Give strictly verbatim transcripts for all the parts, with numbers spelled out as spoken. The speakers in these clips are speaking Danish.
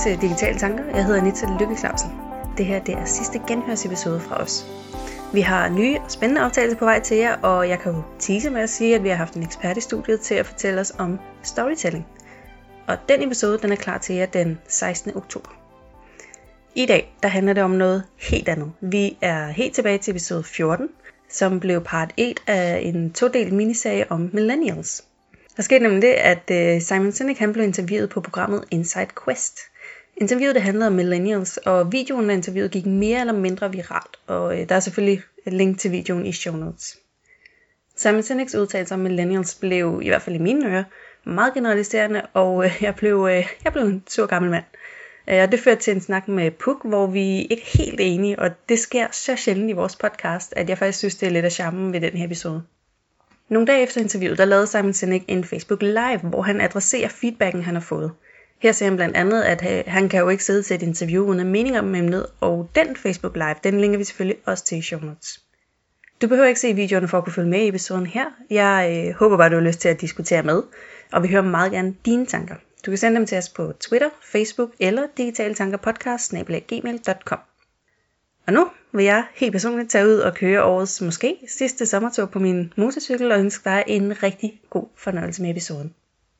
til Digitale Tanker. Jeg hedder Anita Lykke Clausen. Det her det er sidste genhørsepisode fra os. Vi har nye og spændende optagelser på vej til jer, og jeg kan jo tease med at sige, at vi har haft en ekspert i studiet til at fortælle os om storytelling. Og den episode den er klar til jer den sekstende oktober. I dag der handler det om noget helt andet. Vi er helt tilbage til episode fjorten, som blev part et af en todelt miniserie om millennials. Der skete nemlig det, at Simon Sinek han blev interviewet på programmet Inside Quest. Interviewet det handlede om millennials, og videoen af interviewet gik mere eller mindre viralt, og der er selvfølgelig et link til videoen i show notes. Simon Sineks udtalelser om millennials blev, i hvert fald i mine ører, meget generaliserende, og jeg blev, jeg blev en sur gammel mand. Og det førte til en snak med Puk, hvor vi ikke er helt enige, og det sker så sjældent i vores podcast, at jeg faktisk synes, det er lidt af charmen ved den her episode. Nogle dage efter interviewet, der lavede Simon Sinek en Facebook Live, hvor han adresserer feedbacken, han har fået. Her siger han blandt andet, at han kan jo ikke sidde til et interview uden at meninger om emnet, og den Facebook Live, den linker vi selvfølgelig også til i show notes. Du behøver ikke se videoerne for at kunne følge med i episoden her. Jeg øh, håber bare, du har lyst til at diskutere med, og vi hører meget gerne dine tanker. Du kan sende dem til os på Twitter, Facebook eller digitaletankerpodcast snabel-a gmail punktum com. Og nu vil jeg helt personligt tage ud og køre årets måske sidste sommertur på min motorcykel og ønske dig en rigtig god fornøjelse med episoden.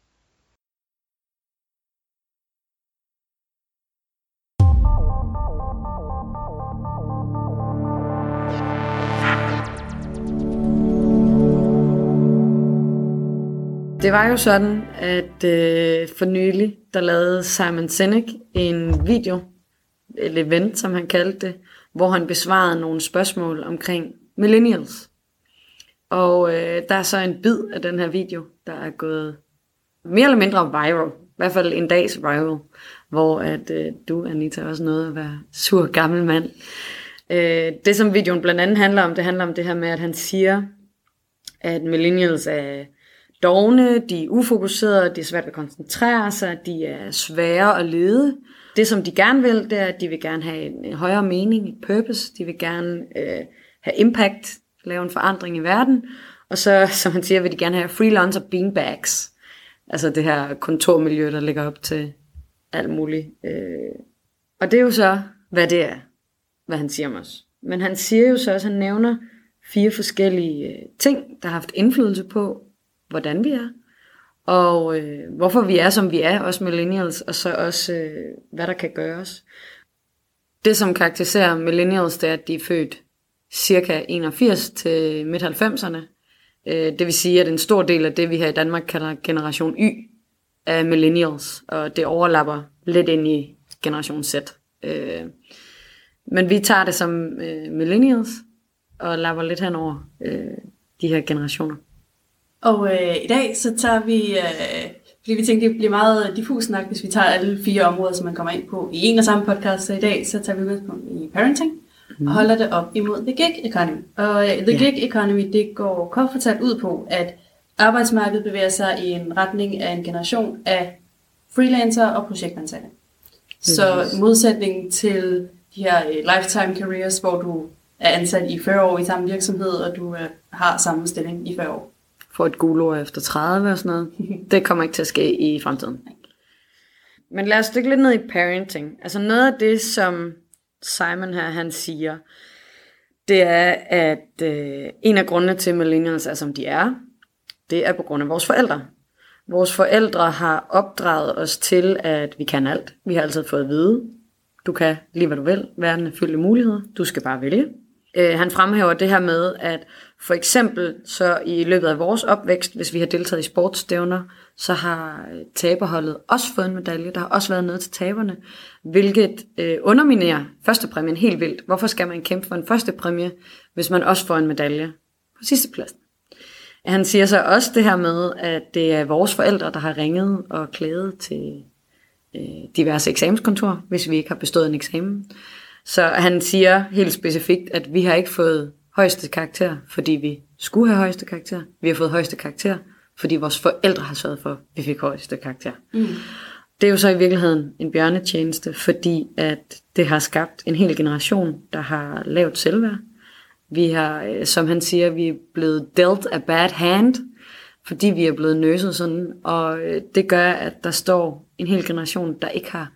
Det var jo sådan, at øh, for nylig, der lavede Simon Sinek en video, et event, som han kaldte det, hvor han besvarede nogle spørgsmål omkring millennials. Og øh, der er så en bid af den her video, der er gået mere eller mindre viral, i hvert fald en dags viral, hvor at, øh, du, Anita, også nåede at være sur gammel mand. Øh, det, som videoen blandt andet handler om, det handler om det her med, at han siger, at millennials er dovne, de er ufokuserede, de er svært at koncentrere sig, de er svære at lede. Det, som de gerne vil, det er, at de vil gerne have en højere mening, et purpose. De vil gerne øh, have impact, lave en forandring i verden. Og så, som han siger, vil de gerne have freelancer beanbags. Altså det her kontormiljø, der ligger op til alt muligt. Øh. Og det er jo så, hvad det er, hvad han siger om os. Men han siger jo så også, han nævner fire forskellige øh, ting, der har haft indflydelse på, hvordan vi er, og øh, hvorfor vi er, som vi er, også millennials, og så også, øh, hvad der kan gøres. Det, som karakteriserer millennials, det er, at de er født cirka enogfirs til midt halvfemserne. Øh, det vil sige, at en stor del af det, vi her i Danmark kalder generation Y, er millennials, og det overlapper lidt ind i generation Z. Øh, men vi tager det som øh, millennials, og lapper lidt henover øh, de her generationer. Og øh, i dag så tager vi, øh, fordi vi tænkte, det bliver meget diffus snak, hvis vi tager alle fire områder, som man kommer ind på i en og samme podcast. Så i dag så tager vi udgangspunkt i parenting mm. og holder det op imod The Gig Economy. Og øh, The yeah. Gig Economy, det går kort fortalt ud på, at arbejdsmarkedet bevæger sig i en retning af en generation af freelancer og projektansatte. Så yes. modsætningen til de her øh, lifetime careers, hvor du er ansat i fyrre år i samme virksomhed, og du øh, har samme stilling i fyrre år. Få et guldår efter tredive og sådan noget. Det kommer ikke til at ske i fremtiden. Men lad os dykke lidt ned i parenting. Altså noget af det, som Simon her, han siger, det er, at øh, en af grundene til millennials er, som de er, det er på grund af vores forældre. Vores forældre har opdraget os til, at vi kan alt. Vi har altid fået at vide, du kan lige hvad du vil. Verden er fyldt af muligheder. Du skal bare vælge. Han fremhæver det her med, at for eksempel så i løbet af vores opvækst, hvis vi har deltaget i sportsstævner, så har taberholdet også fået en medalje. Der har også været noget til taberne, hvilket øh, underminerer førstepræmien helt vildt. Hvorfor skal man kæmpe for en førstepræmie, hvis man også får en medalje på sidstepladsen? Han siger så også det her med, at det er vores forældre, der har ringet og klaget til øh, diverse eksamenskontorer, hvis vi ikke har bestået en eksamen. Så han siger helt specifikt, at vi har ikke fået højeste karakter, fordi vi skulle have højeste karakter. Vi har fået højeste karakter, fordi vores forældre har sørget for, at vi fik højeste karakter. Mm. Det er jo så i virkeligheden en bjørnetjeneste, fordi at det har skabt en hel generation, der har lavt selvværd. Vi har, som han siger, vi er blevet dealt a bad hand, fordi vi er blevet nøset sådan. Og det gør, at der står en hel generation, der ikke har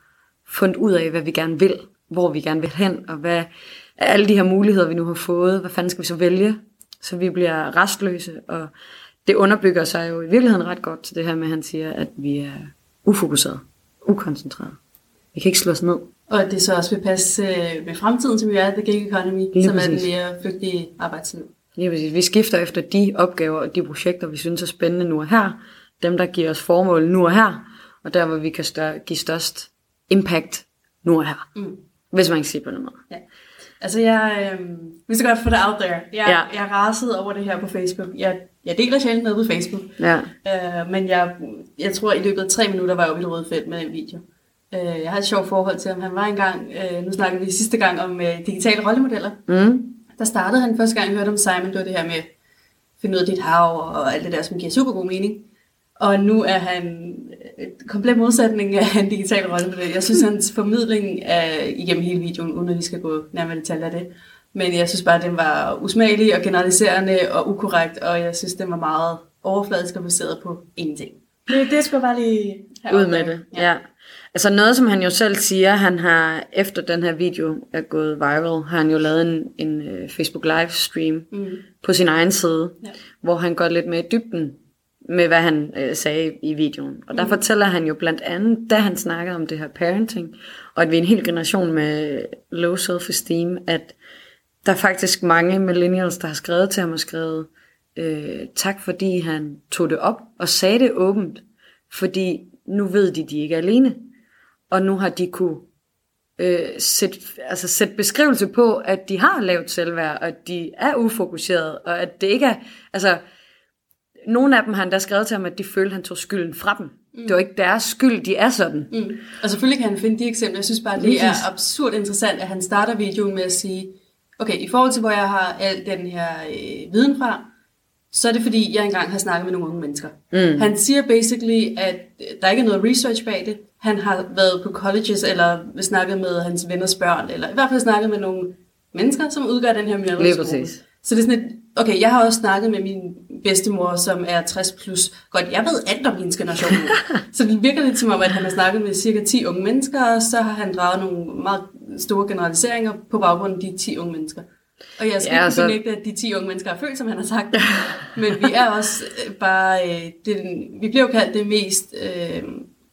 fundet ud af, hvad vi gerne vil, hvor vi gerne vil hen, og hvad alle de her muligheder, vi nu har fået, hvad fanden skal vi så vælge, så vi bliver restløse, og det underbygger sig jo i virkeligheden ret godt til det her med, at han siger, at vi er ufokuseret, ukoncentreret. Vi kan ikke slå os ned. Og at det så også vil passe med fremtiden, som vi er The Gig Economy, lige som præcis. Er den mere flygtige arbejdsliv. Lige præcis. Vi skifter efter de opgaver og de projekter, vi synes er spændende nu og her. Dem, der giver os formål nu og her. Og der, hvor vi kan stør- give størst impact nu og her. Mm. Hvis man kan sige på noget måde. Ja. Altså, jeg øh, vil så godt få det out there. Jeg, ja. jeg rasede over det her på Facebook. Jeg, jeg deler sjældent noget på Facebook. Ja. Øh, men jeg, jeg tror, i løbet af tre minutter var jeg oppe i det røde felt med den video. Øh, jeg har et sjovt forhold til ham. Han var engang, øh, nu snakkede vi sidste gang om øh, digitale rollemodeller. Mm. Der startede han første gang, jeg hørte om Simon, det var det her med at finde ud af dit hav og alt det der, som giver super god mening. Og nu er han et komplet modsætning af en digital rollemodel. Jeg synes, hans formidling er igennem hele videoen, uden at vi skal gå nærmere detaljer af det. Men jeg synes bare, at den var usmagelig og generaliserende og ukorrekt, og jeg synes, den var meget overfladisk og baseret på ingenting. Det, det skulle bare lige ud med det. Ja. Ja. Altså noget, som han jo selv siger, han har efter den her video er gået viral, har han jo lavet en, en uh, Facebook livestream mm. på sin egen side, ja. Hvor han går lidt mere i dybden med, hvad han øh, sagde i videoen. Og der mm. fortæller han jo blandt andet, da han snakkede om det her parenting, og at vi er en hel generation med low self-esteem, at der er faktisk mange millennials, der har skrevet til ham og skrevet, øh, tak fordi han tog det op og sagde det åbent, fordi nu ved de, de ikke er alene. Og nu har de kunne øh, sætte, altså sætte beskrivelse på, at de har lavt selvværd, og at de er ufokuseret, og at det ikke er, altså nogle af dem har han da skrevet til ham, at de følte, at han tog skylden fra dem. Mm. Det var ikke deres skyld, de er sådan. Mm. Og selvfølgelig kan han finde de eksempler. Jeg synes bare, det Lige. er absurd interessant, at han starter videoen med at sige, okay, i forhold til, hvor jeg har al den her øh, viden fra, så er det fordi, jeg engang har snakket med nogle unge mennesker. Mm. Han siger basically, at der ikke er noget research bag det. Han har været på colleges, eller snakket med hans venners børn, eller i hvert fald snakket med nogle mennesker, som udgør den her miljøskole. Så det er sådan et, okay, jeg har også snakket med min bedstemor, som er tres plus. Godt, jeg ved alt om hendes generation. Så det virker lidt som om, at han har snakket med cirka ti unge mennesker, og så har han draget nogle meget store generaliseringer på baggrund af de ti unge mennesker. Og jeg skal ja, ikke benægte, at de ti unge mennesker har følt, som han har sagt. Men vi er også bare, øh, den, vi bliver jo kaldt det mest øh,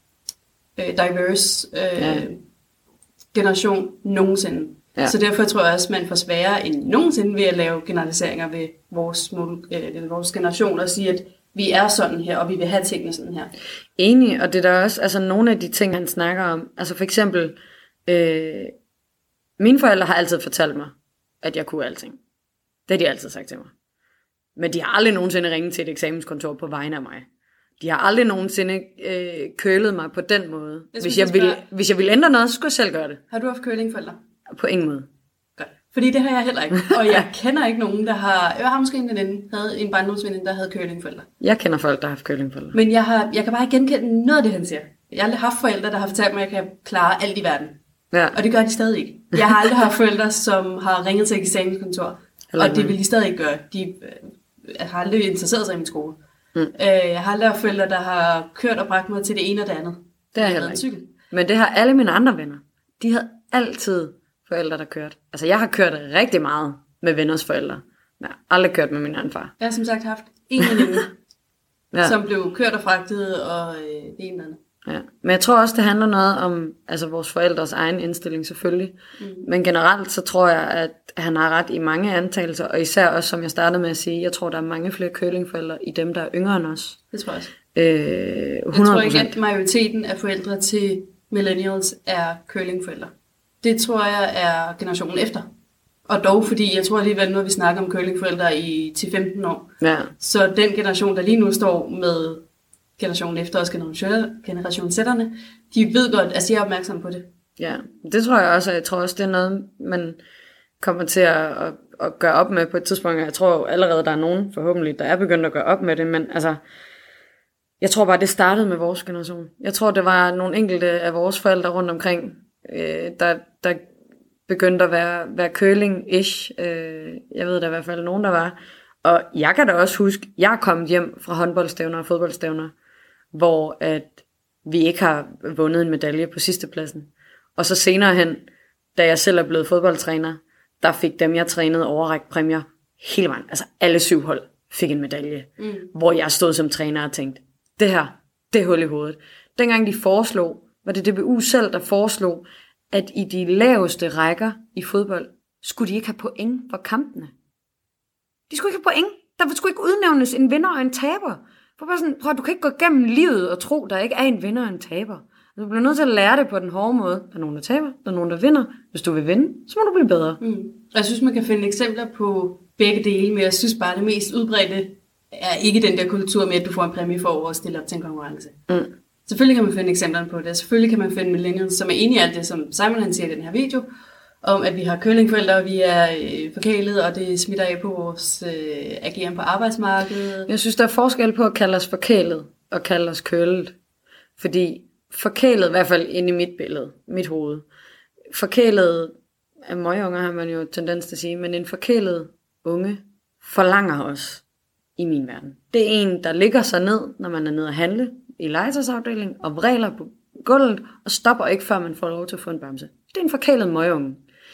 diverse øh, ja. generation nogensinde. Ja. Så derfor tror jeg også, at man får sværere end nogensinde ved at lave generaliseringer ved vores, øh, vores generation og sige, at vi er sådan her, og vi vil have tingene sådan her. Enig, og det er der også altså, nogle af de ting, han snakker om. Altså for eksempel, øh, mine forældre har altid fortalt mig, at jeg kunne alting. Det har de altid sagt til mig. Men de har aldrig nogensinde ringet til et eksamenskontor på vegne af mig. De har aldrig nogensinde øh, kølet mig på den måde. Hvis jeg, ville, hvis jeg ville ændre noget, så skulle jeg selv gøre det. Har du haft kølingforældre? På ingen måde. Godt. Fordi det har jeg heller ikke. Og jeg kender ikke nogen, der har... Jeg har måske en veninde, havde en barndomsveninde, der havde kølingforældre. Jeg kender folk, der har haft kølingforældre. Men jeg, har, jeg kan bare ikke genkende noget af det, han siger. Jeg har aldrig haft forældre, der har fortalt mig, at jeg kan klare alt i verden. Ja. Og det gør de stadig ikke. Jeg har aldrig haft forældre, som har ringet til et eksamenskontor. Og det vil de stadig ikke gøre. De øh, har aldrig interesseret sig i min skole. Mm. Øh, jeg har aldrig haft forældre, der har kørt og bragt mig til det ene og det andet. Det er heller ikke. Men det har alle mine andre venner. De har altid forældre, der kørte. Altså jeg har kørt rigtig meget med venners forældre. Jeg har aldrig kørt med min anden far. Jeg har som sagt haft en veninde, ja. som blev kørt og fragtet og øh, det ene eller andet. Ja. Men jeg tror også, det handler noget om altså vores forældres egen indstilling selvfølgelig. Mm. Men generelt så tror jeg, at han har ret i mange antagelser, og især også, som jeg startede med at sige, jeg tror, der er mange flere curlingforældre i dem, der er yngre end os. Det tror jeg også. Øh, hundrede procent. Jeg tror ikke, at majoriteten af forældre til millennials er curlingforældre. Det tror jeg er generationen efter. Og dog, fordi jeg tror alligevel, nu vi snakker om curlingforældre i ti til femten år. Ja. Så den generation, der lige nu står med generationen efter os, generationssætterne, de ved godt, altså jeg er opmærksom på det. Ja, det tror jeg også, og jeg tror også, det er noget, man kommer til at, at, at gøre op med på et tidspunkt. Jeg tror allerede, der er nogen forhåbentlig, der er begyndt at gøre op med det, men altså, jeg tror bare, det startede med vores generation. Jeg tror, det var nogle enkelte af vores forældre rundt omkring, øh, der, der begyndte at være, være curling-ish. Øh, jeg ved der i hvert fald nogen, der var. Og jeg kan da også huske, jeg er kommet hjem fra håndboldstævner og fodboldstævner, hvor at vi ikke har vundet en medalje på sidstepladsen. Og så senere hen, da jeg selv er blevet fodboldtræner, der fik dem, jeg trænede, overrækt præmier hele vejen. Altså alle syv hold fik en medalje, mm. hvor jeg stod som træner og tænkte, det her, det er hul i hovedet. Dengang de foreslog, var det D B U selv, der foreslog, at i de laveste rækker i fodbold, skulle de ikke have point for kampene. De skulle ikke have point. Der skulle ikke udnævnes en vinder og en taber. For bare sådan, prøv, du kan ikke gå gennem livet og tro, der ikke er en vinder og en taber. Du bliver nødt til at lære det på den hårde måde. Der er nogen, der taber, der er nogen, der vinder. Hvis du vil vinde, så må du blive bedre. Mm. Jeg synes, man kan finde eksempler på begge dele, men jeg synes bare, det mest udbredte er ikke den der kultur med, at du får en præmie for at stille op til en konkurrence. Mm. Selvfølgelig kan man finde eksemplerne på det. Selvfølgelig kan man finde millennials, som er enige i alt det, som Simon han siger i den her video, om at vi har curlingforældre, og vi er øh, forkælet, og det smitter af på vores øh, ageren på arbejdsmarkedet. Jeg synes, der er forskel på at kalde os forkælet og kalde os kølet. Fordi forkælet, i hvert fald inde i mit billede, mit hoved, forkælet af møgunger har man jo tendens til at sige, men en forkælet unge forlanger os i min verden. Det er en, der ligger sig ned, når man er nede at handle i legetøjsafdelingen, og vræler på gulvet, og stopper ikke, før man får lov til at få en bamse. Det er en forkælet møgunge.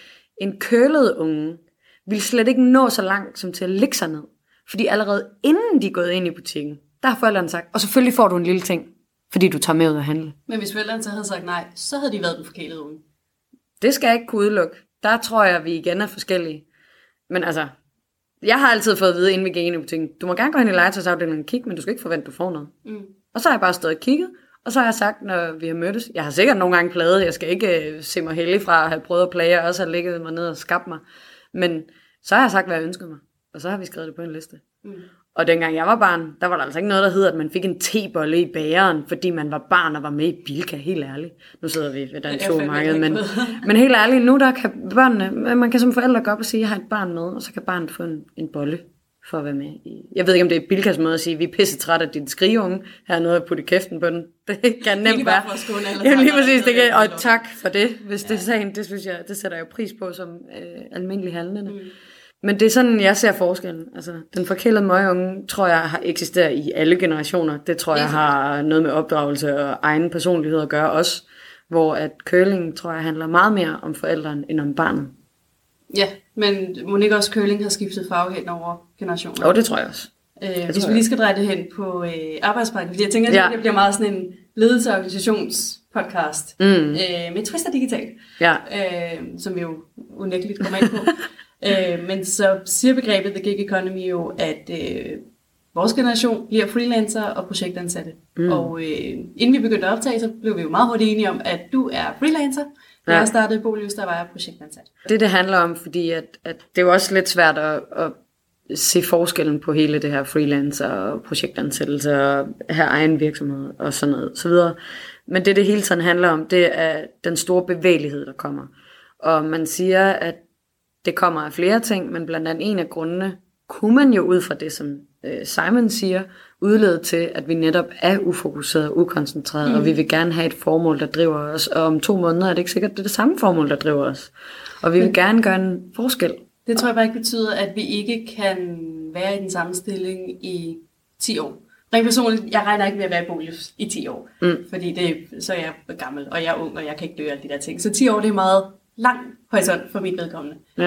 En kølet unge vil slet ikke nå så langt som til at ligge sig ned. Fordi allerede inden de er gået ind i butikken, der har forældrene sagt, og selvfølgelig får du en lille ting, fordi du tager med ud at handle. Men hvis forældrene så havde sagt nej, så havde de været den forkælede unge. Det skal jeg ikke kunne udelukke. Der tror jeg, at vi igen er forskellige. Men altså, jeg har altid fået at vide, inden vi gik ind i butikken, du må gerne gå hen i legetøjsafdelingen og kigge, men du skal ikke forvente, at du får noget. Mm. Og så har jeg bare stået og kigget, og så har jeg sagt, når vi har mødtes, jeg har sikkert nogle gange plaget, jeg skal ikke se mig heldig fra at have prøvet at plage, og også have ligget mig ned og skabt mig. Men så har jeg sagt, hvad jeg ønskede mig, og så har vi skrevet det på en liste. Mm. Og dengang jeg var barn, der var der altså ikke noget, der hed, at man fik en tebolle i bageren, fordi man var barn og var med i Bilka, helt ærligt. Nu sidder vi ved den supermarked, men, men helt ærligt, nu der kan børnene, man kan som forældre gå op og sige, jeg har et barn med, og så kan barnet få en, en bolle for at være med i. Jeg ved ikke, om det er Bilkas måde at sige, vi er pisse trætte af din skrigeunge, her er noget at putte i kæften på den. Det kan nemt være. Ja, lige præcis, det kan, og tak for det, hvis ja. Det er sagen, det synes jeg, det sætter jeg jo pris på som øh, almindelig handlende. Mm. Men det er sådan, jeg ser forskellen. Altså, den forkælede møgunge, tror jeg, har eksisteret i alle generationer. Det tror jeg har noget med opdragelse og egen personlighed at gøre også. Hvor at curling, tror jeg, handler meget mere om forældrene end om barnet. Ja, men må ikke også curling har skiftet farve hen over generationer? Jo, det tror jeg også. Øh, hvis vi lige skal dreje det hen på øh, arbejdsmarkedet, fordi jeg tænker, at ja. Det bliver meget sådan en ledelse- og organisationspodcast mm. øh, med Twister Digital, ja. øh, som vi jo unægteligt kommer ind på. øh, men så siger begrebet The Gig Economy jo, at øh, vores generation bliver freelancer og projektansatte. Mm. Og øh, inden vi begyndte at optage, så blev vi jo meget hurtigt enige om, at du er freelancer. Da ja. Jeg startede i Bolius, der var jeg projektansat. Det det handler om, fordi at, at det er jo også lidt svært at, at se forskellen på hele det her freelancer og projektansættelse og have egen virksomhed og sådan noget, så videre. Men det det hele tiden handler om, det er den store bevægelighed, der kommer. Og man siger, at det kommer af flere ting, men blandt andet en af grundene, kunne man jo ud fra det, som øh, Simon siger, udlede til, at vi netop er ufokuseret og ukoncentreret, mm. og vi vil gerne have et formål, der driver os, og om to måneder er det ikke sikkert, det er det samme formål, der driver os. Og vi vil men, gerne gøre en forskel. Det tror jeg bare ikke betyder, at vi ikke kan være i den samme stilling i ti år. Rent personligt, jeg regner ikke med at være i Bolius i ti år, mm. fordi det, så er jeg gammel, og jeg er ung, og jeg kan ikke gøre alle de der ting. Så ti år, det er meget lang horisont for mit vedkommende. Ja.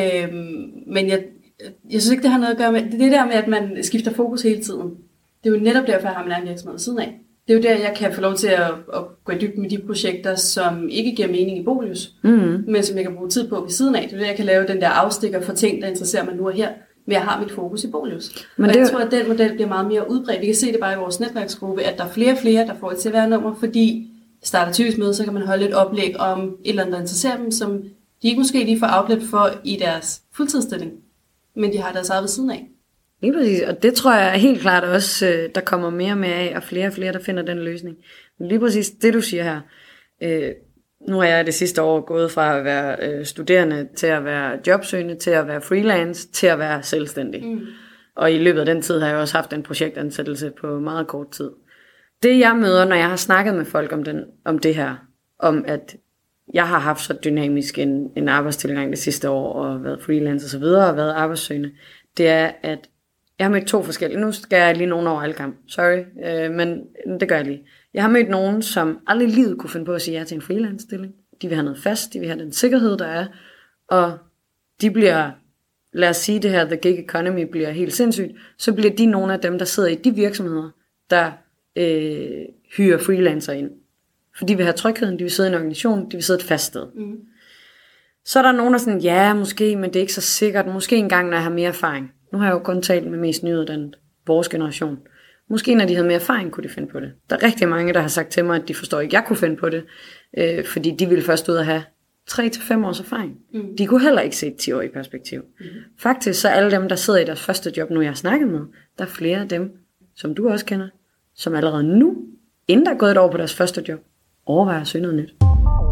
Øhm, men jeg Jeg synes ikke, det har noget at gøre med det, det der med, at man skifter fokus hele tiden. Det er jo netop derfor, jeg har min egen virksomhed ved siden af. Det er jo der, jeg kan få lov til at, at gå i dybden med de projekter, som ikke giver mening i Bolius, mm-hmm. men som jeg kan bruge tid på ved siden af. Det er der, jeg kan lave den der afstikker for ting, der interesserer mig nu og her, men jeg har mit fokus i Bolius. Men og jeg det... tror, at den model bliver meget mere udbredt. Vi kan se det bare i vores netværksgruppe, at der er flere og flere, der får et C V R-nummer, fordi det starter typisk med, så kan man holde et oplæg om et eller andet, der interesserer dem, som de ikke måske lige får outlet for i deres fuldtidsstilling. Men de har deres eget ved siden af. Lige præcis, og det tror jeg helt klart også, der kommer mere og mere af, og flere og flere, der finder den løsning. Men lige præcis det, du siger her. Øh, nu har jeg det sidste år gået fra at være øh, studerende, til at være jobsøgende, til at være freelance, til at være selvstændig. Mm. Og i løbet af den tid har jeg også haft en projektansættelse på meget kort tid. Det jeg møder, når jeg har snakket med folk om, den, om det her, om at jeg har haft så dynamisk en, en arbejdstilgang det sidste år, og været freelance og så videre, og været arbejdssøgende, det er, at jeg har mødt to forskellige. Nu skal jeg lige nogen over alle kamp. Sorry, øh, men det gør jeg lige. Jeg har mødt nogen, som aldrig i livet kunne finde på at sige ja til en freelance-stilling. de vil have noget fast, de vil have den sikkerhed, der er, og de bliver, lad os sige det her, the gig economy bliver helt sindssygt, så bliver de nogle af dem, der sidder i de virksomheder, der øh, hyrer freelancer ind. For de vil have trygheden, de vil sidde i en organisation, de vil sidde et fast sted. Mm. Så er der nogen, der er sådan, ja, måske, men det er ikke så sikkert. Måske engang, når jeg har mere erfaring. Nu har jeg jo kun talt med mest nyuddannet, vores generation. Måske når de havde mere erfaring, kunne de finde på det. Der er rigtig mange, der har sagt til mig, at de forstår ikke, at jeg kunne finde på det. Øh, fordi de ville først ud at have tre til fem års erfaring. Mm. De kunne heller ikke se et ti år i perspektiv. Mm. Faktisk så alle dem, der sidder i deres første job, nu jeg har snakket med, der er flere af dem, som du også kender, som allerede nu, inden der er gået et år på deres første job, overvejer at søge noget nyt.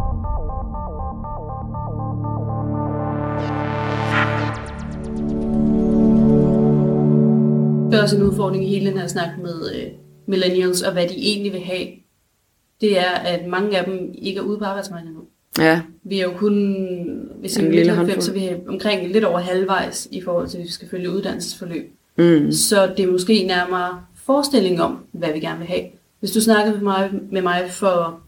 Det er også en udfordring i hele den her snak med øh, millennials, og hvad de egentlig vil have. Det er, at mange af dem ikke er ude på arbejdsmarkedet nu. Ja. Vi er jo kun, hvis vi er midt halvfems, så vi er omkring lidt over halvvejs i forhold til, at vi skal følge uddannelsesforløb. Mm. Så det er måske nærmere forestilling om, hvad vi gerne vil have. Hvis du snakkede med mig, med mig for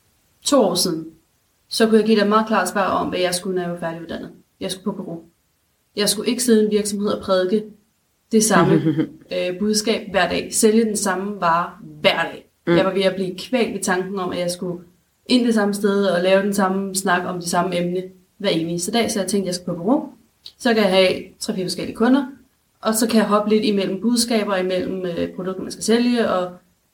to år siden, så kunne jeg give dig meget klart svar om, hvad jeg skulle, når jeg var færdiguddannet. Jeg skulle på bureau. Jeg skulle ikke sidde i en virksomhed og prædike det samme øh, budskab hver dag. Sælge den samme vare hver dag. Mm. Jeg var ved at blive kvalt ved tanken om, at jeg skulle ind det samme sted og lave den samme snak om det samme emne hver eneste dag. Så jeg tænkte, at jeg skal på bureau. Så kan jeg have tre-fire forskellige kunder. Og så kan jeg hoppe lidt imellem budskaber, imellem øh, produkter, man skal sælge, og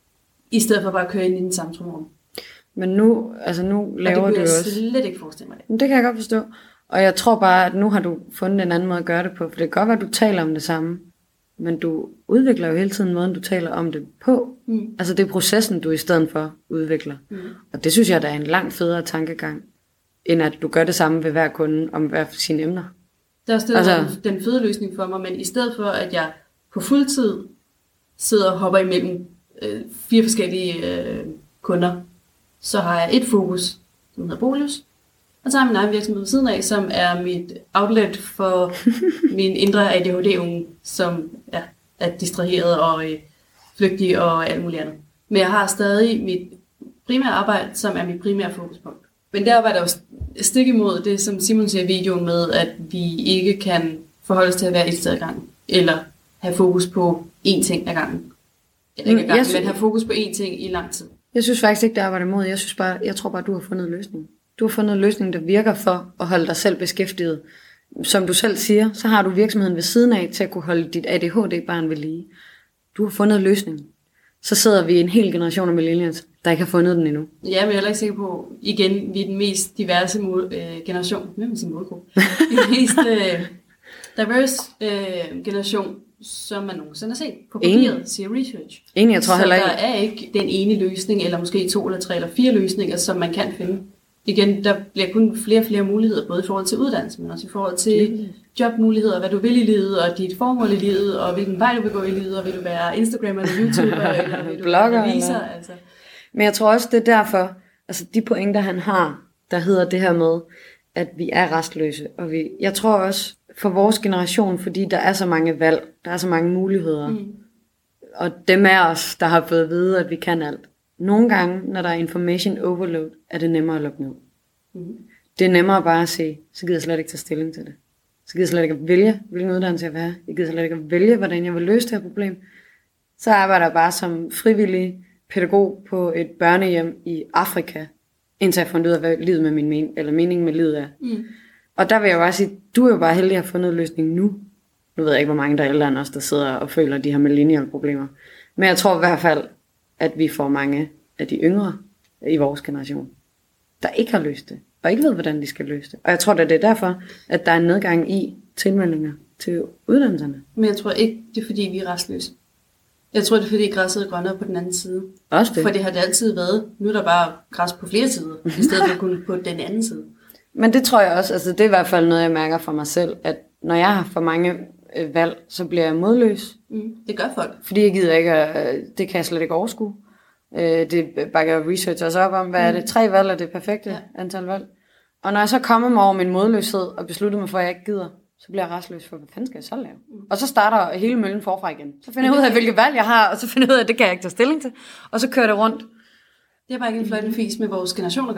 i stedet for bare at køre ind i den samme trumrum. Men nu, altså nu laver du også... Og det kunne jeg slet ikke forestille mig det. Det kan jeg godt forstå. Og jeg tror bare, at nu har du fundet en anden måde at gøre det på. For det kan godt være, at du taler om det samme. Men du udvikler jo hele tiden måden, du taler om det på. Mm. Altså det er processen, du i stedet for udvikler. Mm. Og det synes jeg, der er en langt federe tankegang, end at du gør det samme ved hver kunde om hver sine emner. Det er også det, altså, den fede løsning for mig. Men i stedet for, at jeg på fuldtid sidder og hopper imellem øh, fire forskellige øh, kunder, så har jeg et fokus, som hedder Bolius. Og så har jeg min egen virksomhed ved siden af, som er mit outlet for min indre A D H D-unge, som ja, er distraheret og øh, flygtig og alt muligt andet. Men jeg har stadig mit primære arbejde, som er mit primære fokuspunkt. Men der var der jo stik imod det, som Simon siger i videoen med, at vi ikke kan forholde os til at være et sted ad gangen, eller have fokus på én ting ad gangen. Eller ikke ad gangen, synes, men have fokus på én ting i lang tid. Jeg synes faktisk ikke, det arbejder imod. Jeg, synes bare, jeg tror bare, du har fundet en løsning. Du har fundet en løsning, der virker for at holde dig selv beskæftiget. Som du selv siger, så har du virksomheden ved siden af til at kunne holde dit A D H D-barn ved lige. Du har fundet en løsning. Så sidder vi en hel generation af millennials, der ikke har fundet den endnu. Ja, men jeg er heller ikke sikker på, igen, vi er den mest diverse mod, øh, generation. Hvad vil sige modgruppe? Den mest øh, diverse øh, generation, som man nogensinde har set på papiret, siger research. Enig, jeg tror så heller ikke. Der er ikke den ene løsning, eller måske to eller tre eller fire løsninger, som man kan finde. Igen, der bliver kun flere og flere muligheder, både i forhold til uddannelse, men også i forhold til jobmuligheder, hvad du vil i livet, og dit formål i livet, og hvilken vej du vil gå i livet, og vil du være Instagram eller YouTuber, eller vil du blogger, være reviser, altså. Men jeg tror også, det er derfor, altså de pointer, han har, der hedder det her med, at vi er restløse, og vi, jeg tror også, for vores generation, fordi der er så mange valg, der er så mange muligheder, mm. og dem af os, der har fået at vide, at vi kan alt. Nogle gange, når der er information overload, er det nemmere at lukke ned. Mm. Det er nemmere bare at se, så gider jeg slet ikke tage stilling til det. Så gider jeg slet ikke at vælge, hvilken uddannelse jeg vil have. Jeg gider slet ikke at vælge, hvordan jeg vil løse det her problem. Så arbejder jeg bare som frivillig pædagog på et børnehjem i Afrika, indtil jeg har fundet ud af, hvad livet med min men- eller meningen med livet er. Mm. Og der vil jeg bare sige, du er jo bare heldig at have fundet en løsning nu. Nu ved jeg ikke, hvor mange der er ældre end os, der sidder og føler de her millennial problemer. Men jeg tror i hvert fald, at vi får mange af de yngre i vores generation, der ikke har løst det, og ikke ved, hvordan de skal løse det. Og jeg tror, at det er derfor, at der er en nedgang i tilmeldinger til uddannelserne. Men jeg tror ikke, det er fordi, vi er restløse. Jeg tror, det er fordi, græsset er grønnere på den anden side. Også det. For det har det altid været. Nu er der bare græs på flere sider, i stedet for kun på den anden side. Men det tror jeg også, altså det er i hvert fald noget, jeg mærker for mig selv, at når jeg har for mange øh, valg, så bliver jeg modløs. Mm, det gør folk. Fordi jeg gider ikke, øh, det kan jeg slet ikke overskue. Øh, det bakker research også op om, hvad mm. er det? Tre valg er det perfekte ja. antal valg. Og når jeg så kommer mig over min modløshed, og beslutter mig for, at jeg ikke gider, så bliver jeg restløs for, hvad fanden skal jeg så lave? Mm. Og så starter hele møllen forfra igen. Så finder jeg ud af, hvilke valg jeg har, og så finder jeg ud af, at det kan jeg ikke tage stilling til. Og så kører det rundt. Det er bare ikke en fløjtende fis med vores generation at gøre.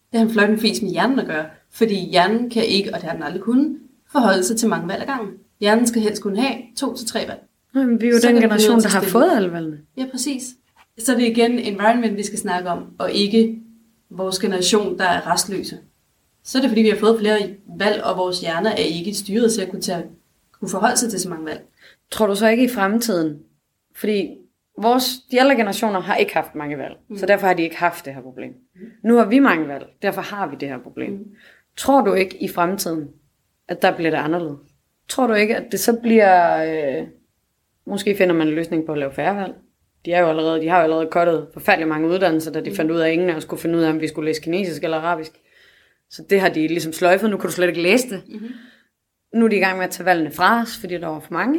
Det har en fløjten fis med hjernen at gøre, fordi hjernen kan ikke, og det har den aldrig kunnet, forholde sig til mange valg ad gangen. Hjernen skal helst kunne have to til tre valg. Jamen, vi er jo så den generation, der har fået alle valgene. Ja, præcis. Så det er igen environment, vi skal snakke om, og ikke vores generation, der er restløse. Så er det, fordi vi har fået flere valg, og vores hjerner er ikke styret til at kunne, tage, kunne forholde sig til så mange valg. Tror du så ikke i fremtiden? Fordi vores, de ældre generationer har ikke haft mange valg, mm. så derfor har de ikke haft det her problem. Mm. Nu har vi mange valg, derfor har vi det her problem. Mm. Tror du ikke i fremtiden, at der bliver det anderledes? Tror du ikke, at det så bliver... Øh, måske finder man en løsning på at lave færre valg? De, er jo allerede, de har jo allerede cuttet forfærdelig mange uddannelser, da de mm. fandt ud af, at ingen af os skulle finde ud af, om vi skulle læse kinesisk eller arabisk. Så det har de ligesom sløjfet. Nu kan du slet ikke læse det. Mm-hmm. Nu er de i gang med at tage valgene fra os, fordi der var for mange.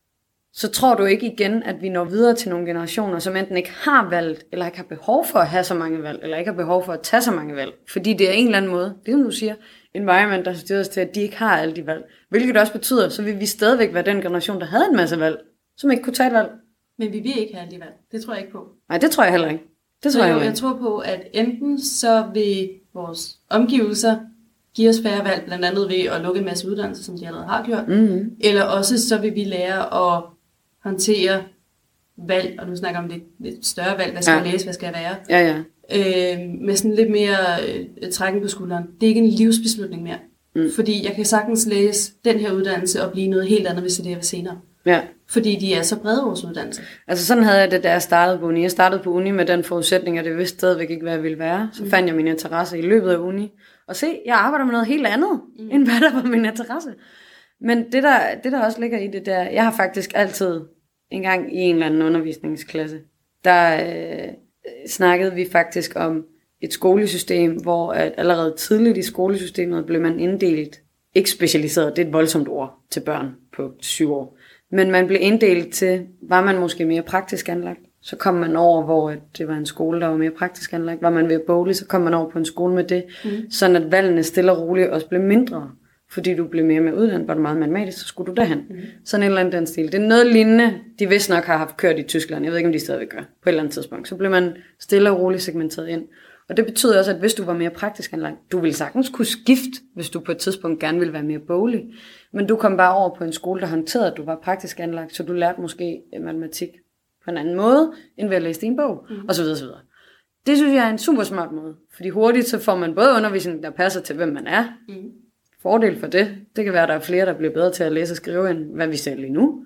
Så tror du ikke igen, at vi når videre til nogle generationer, som enten ikke har valgt, eller ikke har behov for at have så mange valg, eller ikke har behov for at tage så mange valg. Fordi det er en eller anden måde, det som du siger, environment, der har styret os til, at de ikke har alle de valg. Hvilket også betyder, så vil vi stadigvæk være den generation, der havde en masse valg, som ikke kunne tage et valg. Men vi vil ikke have alle de valg. Det tror jeg ikke på. Nej, det tror jeg heller ikke. Det tror så jeg, jeg, jeg tror på, at enten så vil vores omgivelser give os færre valg, blandt andet ved at lukke en masse uddannelser, som de allerede har gjort. Mm-hmm. Eller også så vil vi lære at håndtere valg, og nu snakker om lidt, lidt større valg, hvad skal ja. jeg læse, hvad skal jeg være, ja, ja. Øh, med sådan lidt mere øh, trækken på skulderen. Det er ikke en livsbeslutning mere, mm. fordi jeg kan sagtens læse den her uddannelse og blive noget helt andet, hvis det er det, jeg vil senere. Ja. Fordi de er så brede vores uddannelser. Altså sådan havde jeg det, da jeg startede på uni. Jeg startede på uni med den forudsætning, at det vidste stadigvæk ikke, hvad jeg ville være. Så mm. fandt jeg min interesse i løbet af uni. Og se, jeg arbejder med noget helt andet, mm. end hvad der var min interesse. Men det der, det der også ligger i det der, jeg har faktisk altid, en gang i en eller anden undervisningsklasse, der øh, snakkede vi faktisk om et skolesystem, hvor at allerede tidligt i skolesystemet blev man inddelt, ikke specialiseret, det er et voldsomt ord til børn på syv år, men man blev inddelt til, var man måske mere praktisk anlagt, så kom man over, hvor det var en skole, der var mere praktisk anlagt. Var man ved boglig, så kom man over på en skole med det, mm. sådan at valgene stille og roligt også blev mindre. Fordi du blev mere med uddannet, var du meget matematisk, så skulle du derhen. Mm. Sådan en eller anden den stil. Det er noget lignende, de vist nok har haft kørt i Tyskland. Jeg ved ikke, om de stadigvæk gør på et eller andet tidspunkt. Så blev man stille og roligt segmenteret ind. Og det betyder også, at hvis du var mere praktisk anlagt, du ville sagtens kunne skifte, hvis du på et tidspunkt gerne ville være mere boglig. Men du kom bare over på en skole, der håndterede, at du var praktisk anlagt, så du lærte måske matematik på en anden måde, end ved at læse en bog, mm. og så videre, så videre. Det synes jeg er en super smart måde. Fordi hurtigt så får man både undervisning, der passer til, hvem man er. Mm. Fordel for det. Det kan være, at der er flere, der bliver bedre til at læse og skrive, end hvad vi ser lige nu.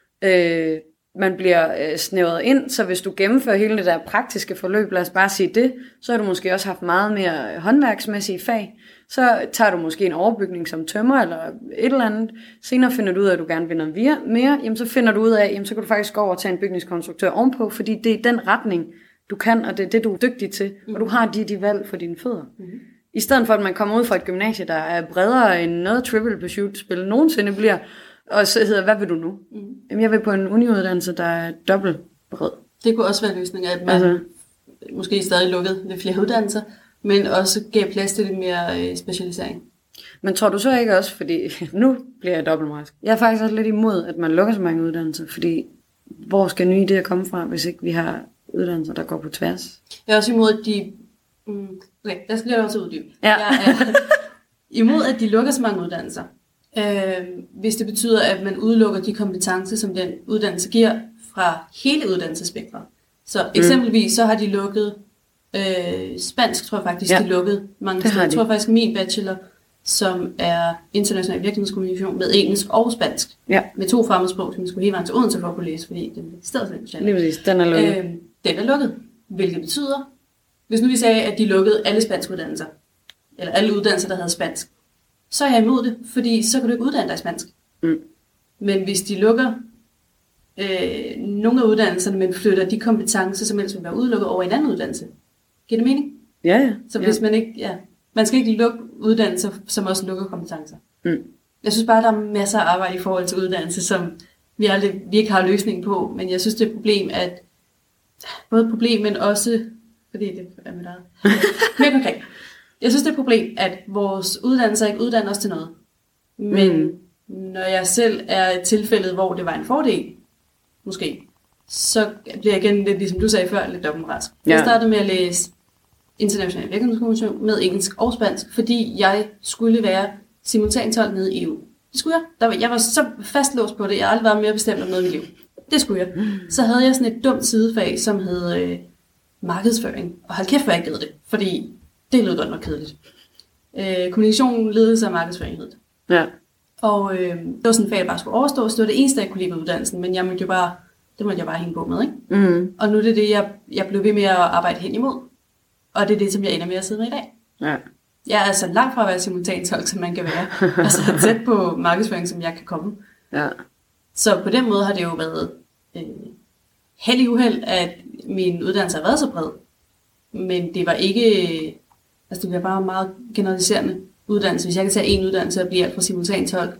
Øh, man bliver øh, snævret ind, så hvis du gennemfører hele det der praktiske forløb, lad os bare sige det, så har du måske også haft meget mere håndværksmæssige fag. Så tager du måske en overbygning som tømrer eller et eller andet. Senere finder du ud af, at du gerne vil noget mere. Jamen, så finder du ud af, jamen, så kan du faktisk gå over og tage en bygningskonstruktør ovenpå, fordi det er den retning, du kan, og det er det, du er dygtig til. Mm. Og du har de, de valg for dine fødder. Mm. I stedet for, at man kommer ud fra et gymnasie, der er bredere end noget Trivial Pursuit-spil nogensinde bliver, og så hedder, hvad vil du nu? Mm. Jamen, jeg vil på en uniuddannelse, der er dobbelt bred. Det kunne også være løsningen, at man altså, måske stadig lukket ved flere uddannelser, men også gav plads til lidt mere specialisering. Men tror du så ikke også, fordi nu bliver jeg dobbeltmoralsk. Jeg er faktisk også lidt imod, at man lukker så mange uddannelser, fordi hvor skal nye idéer komme fra, hvis ikke vi har uddannelser, der går på tværs? Jeg er også imod, at de... Okay, jeg skal lige også uddybe. Ja. Jeg er imod, at de lukker så mange uddannelser. Øh, hvis det betyder, at man udelukker de kompetencer, som den uddannelse giver fra hele uddannelsesspektret. Så eksempelvis så har de lukket øh, spansk, tror jeg faktisk, ja. de lukkede mange steder. Jeg tror faktisk, min bachelor, som er international virksomhedskommunikation med engelsk og spansk, ja. med to fremmedsprog, som jeg skulle hele vejen til Odense for at kunne læse, fordi den er stadig slet Lige præcis, den er lukket. Øh, den er lukket, hvilket betyder, hvis nu vi sagde, at de lukkede alle spanske uddannelser, eller alle uddannelser, der havde spansk, så er jeg imod det, fordi så kan du ikke uddanne dig i spansk. Mm. Men hvis de lukker øh, nogle af uddannelserne, men flytter de kompetencer, som ellers vil være udelukket over en anden uddannelse, giver det mening? Ja, ja. Så hvis ja. man ikke, ja, man skal ikke lukke uddannelser, som også lukker kompetencer. Mm. Jeg synes bare, der er masser af arbejde i forhold til uddannelse, som vi, aldrig, vi ikke har løsning på, men jeg synes, det er et problem, at både et problem, men også, fordi det er mit eget, mere konkret. Jeg synes, det er et problem, at vores uddannelser ikke uddanner os til noget. Men mm. når jeg selv er et tilfælde, hvor det var en fordel, måske, så bliver jeg igen lidt, ligesom du sagde før, lidt dobbeltmoralsk. Ja. Jeg startede med at læse international virksomhedskommunikation med engelsk og spansk, fordi jeg skulle være simultantolk nede i E U. Det skulle jeg. Der var, jeg var så fastlåst på det. Jeg har aldrig været mere bestemt om noget i mit liv. Det skulle jeg. Så havde jeg sådan et dumt sidefag, som hed øh, markedsføring. Og hold kæft, hvor jeg gad det, fordi det lød godt nok kedeligt. Øh, kommunikation, ledelse og markedsføring hed det. Ja. Og øh, det var sådan et fag, jeg bare skulle overstå. Så det var det eneste, jeg kunne lide med uddannelsen, men jeg måtte jo bare, det måtte jeg bare hænge på med, ikke? Mm. Og nu er det det, jeg, jeg blev ved med at arbejde hen imod. Og det er det, som jeg ender med at sidde med i dag. Ja. Jeg er altså langt fra at være simultantolk, som man kan være. Altså tæt på markedsføring, som jeg kan komme. Ja. Så på den måde har det jo været øh, held i uheld, at min uddannelse har været så bred. Men det var ikke, altså det var bare meget generaliserende uddannelse. Hvis jeg kan tage en uddannelse og blive alt fra simultantolk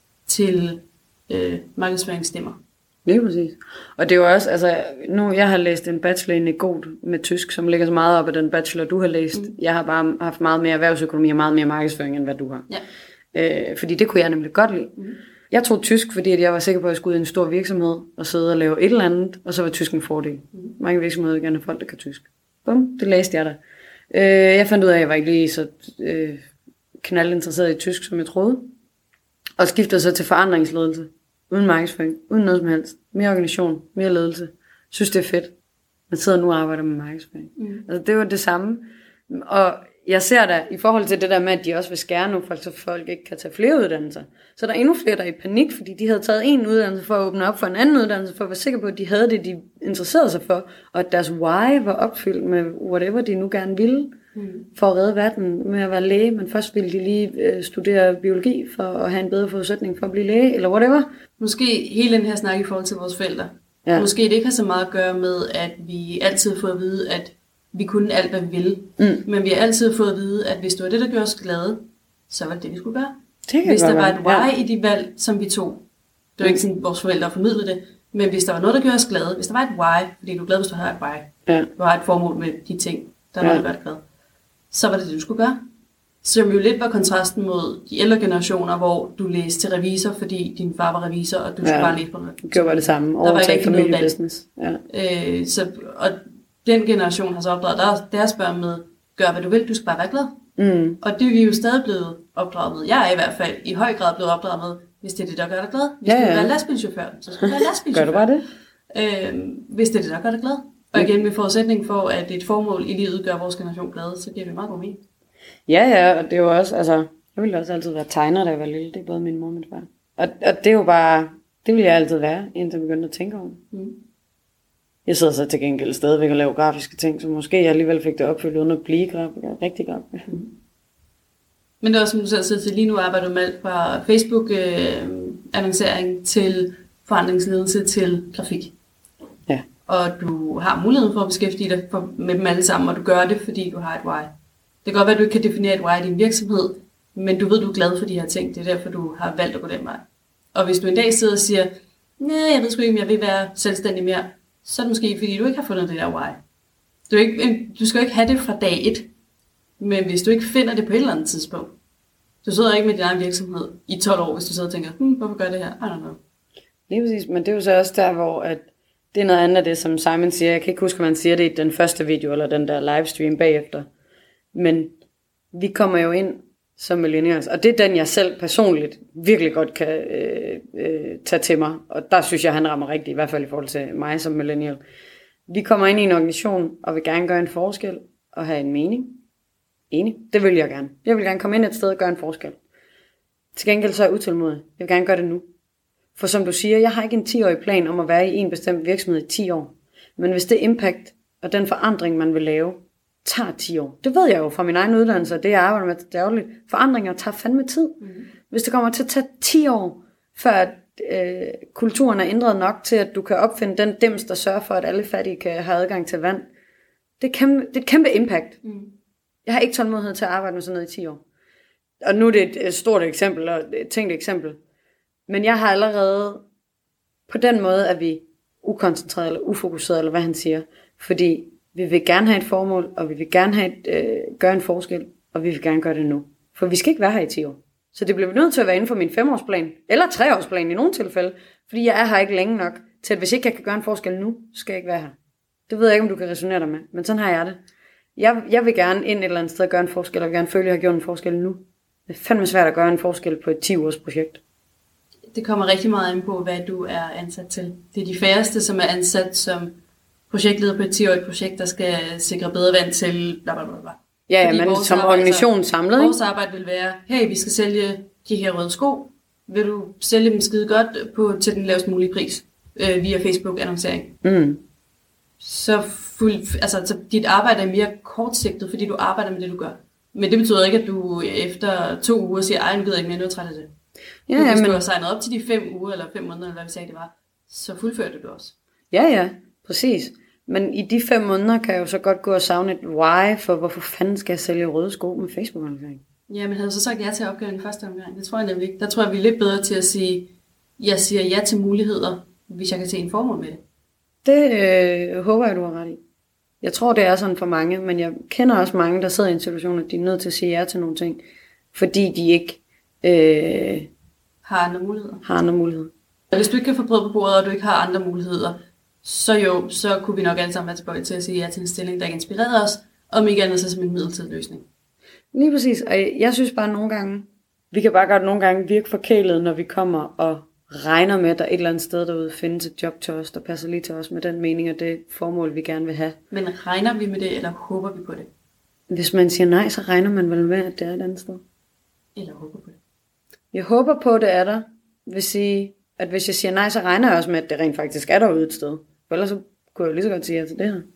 til øh, markedsføringsstemmer. Det er præcis. Og det er jo også, altså, nu jeg har læst en bachelor i Negot med tysk, som ligger så meget op af den bachelor, du har læst. Mm. Jeg har bare haft meget mere erhvervsøkonomi og meget mere markedsføring, end hvad du har. Ja. Øh, fordi det kunne jeg nemlig godt lide. Mm. Jeg tog tysk, fordi at jeg var sikker på, at jeg skulle ud i en stor virksomhed og sidde og lave et eller andet, og så var tysk en fordel. Mm. Mange virksomheder vil gerne have folk, der kan tysk. Bum, det læste jeg da. Øh, jeg fandt ud af, at jeg var ikke lige så øh, knaldinteresseret i tysk, som jeg troede. Og skiftede så til forandringsledelse. Uden markedsføring, uden noget som helst. Mere organisation, mere ledelse. Synes det er fedt. Man sidder nu og arbejder med markedsføring. Mm. Altså det var det samme. Og jeg ser da, i forhold til det der med, at de også vil skære nu, så folk ikke kan tage flere uddannelser. Så der er endnu flere, der er i panik, fordi de havde taget en uddannelse for at åbne op for en anden uddannelse, for at være sikre på, at de havde det, de interesserede sig for, og at deres why var opfyldt med whatever de nu gerne ville, mm. for at redde verden med at være læge. Men først ville de lige øh, studere biologi, for at have en bedre forudsætning for at blive læge, eller whatever. Måske hele den her snak i forhold til vores forældre. Ja. Måske det ikke har så meget at gøre med, at vi altid har fået at vide, at vi kunne alt, hvad vi ville. Mm. Men vi har altid fået at vide, at hvis det var det, der gjorde os glade, så var det det, vi skulle gøre. Hvis der var et why ja. i de valg, som vi tog. Det var ikke sådan, at vores forældre formidlede det. Men hvis der var noget, der gjorde os glade, hvis der var et why, fordi du er glad, hvis du har et why, ja. du har et formål med de ting, der var ja. du godt glad, så var det det, du skulle gøre. Som jo lidt var kontrasten mod de ældre generationer, hvor du læste til revisor, fordi din far var revisor, og du ja. skulle bare læse på noget. Det gjorde bare det samme. Der var ikke noget valg. Ja. Øh, så, og den generation har så opdraget der, deres børn med, gør hvad du vil, du skal bare være glad. Mm. Og det er vi jo stadig blevet opdraget med. Jeg er i hvert fald i høj grad blevet opdraget med, hvis det er det, der gør dig glad. Hvis ja, ja. du vil være lastbilchauffør, så skal du være lastbilchauffør. Gør du bare det? Øh, hvis det er det, der gør dig glad. Og igen med forudsætning for, at et formål i livet gør vores generation glade, så giver det meget god mening. Ja, ja, og det er jo også, altså, jeg ville også altid være tegner, da jeg var lille. Det er både min mor og min far. Og, og det er jo bare, det vil jeg altid være, indtil jeg begyndte at tænke over. Mm. Jeg sidder så til gengæld stadigvæk og laver grafiske ting, så måske jeg alligevel fik det opfyldt uden at blive grafiker. Rigtig grafiker. Mm. Men det er også, som du selv siger til, lige nu arbejder du med alt fra Facebook-annoncering øh, til forandringsledelse til grafik. Ja. Og du har muligheden for at beskæftige dig for, med dem alle sammen, og du gør det, fordi du har et why. Det kan godt være, at du ikke kan definere et why i din virksomhed, men du ved, du er glad for de her ting. Det er derfor, du har valgt at gå den vej. Og hvis du en dag sidder og siger, nej, jeg ved sgu ikke, om jeg vil være selvstændig mere, så er det måske, fordi du ikke har fundet det der why. Du, ikke, du skal jo ikke have det fra dag et, men hvis du ikke finder det på et eller andet tidspunkt, du sidder ikke med din egen virksomhed i tolv år, hvis du sidder og tænker, hm, hvorfor gør det her? I don't know. Lige præcis, men det er jo så også der, hvor at det er noget andet af det, som Simon siger. Jeg kan ikke huske, om man siger det i den første video, eller den der livestream bagefter. Men vi kommer jo ind som millennials, og det er den, jeg selv personligt virkelig godt kan øh, øh, tage til mig. Og der synes jeg, han rammer rigtigt, i hvert fald i forhold til mig som millennial. Vi kommer ind i en organisation, og vil gerne gøre en forskel, og have en mening. Enig. Det vil jeg gerne. Jeg vil gerne komme ind et sted og gøre en forskel. Til gengæld så er jeg utålmodig. Jeg vil gerne gøre det nu. For som du siger, jeg har ikke en ti-årig plan om at være i en bestemt virksomhed i ti år. Men hvis det impact og den forandring, man vil lave, tager ti år. Det ved jeg jo fra min egen uddannelse, og det jeg arbejder med dagligt. Forandringer tager fandme tid. Mm. Hvis det kommer til at tage ti år, før at, øh, kulturen er ændret nok til, at du kan opfinde den dims, der sørger for, at alle fattige kan have adgang til vand. Det er, kæmpe, det er et kæmpe impact. Mm. Jeg har ikke tålmodighed til at arbejde med sådan noget i ti år. Og nu er det et stort eksempel, og et tænkt eksempel. Men jeg har allerede, på den måde er vi ukoncentreret eller ufokuseret, eller hvad han siger. Fordi vi vil gerne have et formål, og vi vil gerne have et, øh, gøre en forskel, og vi vil gerne gøre det nu. For vi skal ikke være her i ti år. Så det bliver nødt til at være inden for min femårsplan, eller treårsplan i nogle tilfælde. Fordi jeg er her ikke længe nok, til at hvis ikke jeg kan gøre en forskel nu, så skal jeg ikke være her. Det ved jeg ikke, om du kan resonere dig med, men sådan har jeg det. Jeg, jeg vil gerne ind et eller andet sted og gøre en forskel, og jeg vil gerne føle, at jeg har gjort en forskel nu. Det er fandme svært at gøre en forskel på et ti-ugers projekt. Det kommer rigtig meget an på, hvad du er ansat til. Det er de færreste, som er ansat som projektleder på et ti-årigt projekt, der skal sikre bedre vand til bla bla bla. Ja, ja, men som organisation samlet, ikke? Vores arbejde vil være, hey, vi skal sælge de her røde sko. Vil du sælge dem skide godt på, til den lavest mulige pris øh, via Facebook-annoncering? Mm. Så, fuld, altså, så dit arbejde er mere kortsigtet, fordi du arbejder med det, du gør. Men det betyder ikke, at du efter to uger siger, ej, nu gider jeg ikke mere, nu er træt af det. Ja, Hvis ja, men... du har signet op til de fem uger, eller fem måneder, eller hvad vi sagde, det var, så fuldfører du det også. Ja, ja, præcis. Men i de fem måneder kan jeg jo så godt gå og savne et why, for hvorfor fanden skal jeg sælge røde sko med Facebook-annoncering? Ja, men havde du så sagt ja til opgaven i første omgang? Det tror jeg nemlig ikke. Der tror jeg, vi er lidt bedre til at sige, jeg siger ja til muligheder, hvis jeg kan se en formål med det. Det øh, håber jeg, du har ret i. Jeg tror, det er sådan for mange, men jeg kender også mange, der sidder i en situation, at de er nødt til at sige ja til nogle ting, fordi de ikke øh, har andre muligheder. Har andre muligheder. Og hvis du ikke kan få brød på bordet, og du ikke har andre muligheder, så jo, så kunne vi nok alle sammen være tilbage til at sige ja til en stilling, der ikke inspirerede os, om ikke andet så som en midlertidig løsning. Lige præcis, og jeg synes bare nogle gange, vi kan bare godt nogle gange virke forkælet, når vi kommer og regner med, at der et eller andet sted derude findes et job til os, der passer lige til os med den mening og det formål, vi gerne vil have. Men regner vi med det, eller håber vi på det? Hvis man siger nej, så regner man vel med, at det er et andet sted. Eller håber på det? Jeg håber på, at det er der. Vil sige, at hvis jeg siger nej, så regner jeg også med, at det rent faktisk er derude et sted. For ellers så kunne jeg lige så godt sige ja til det her.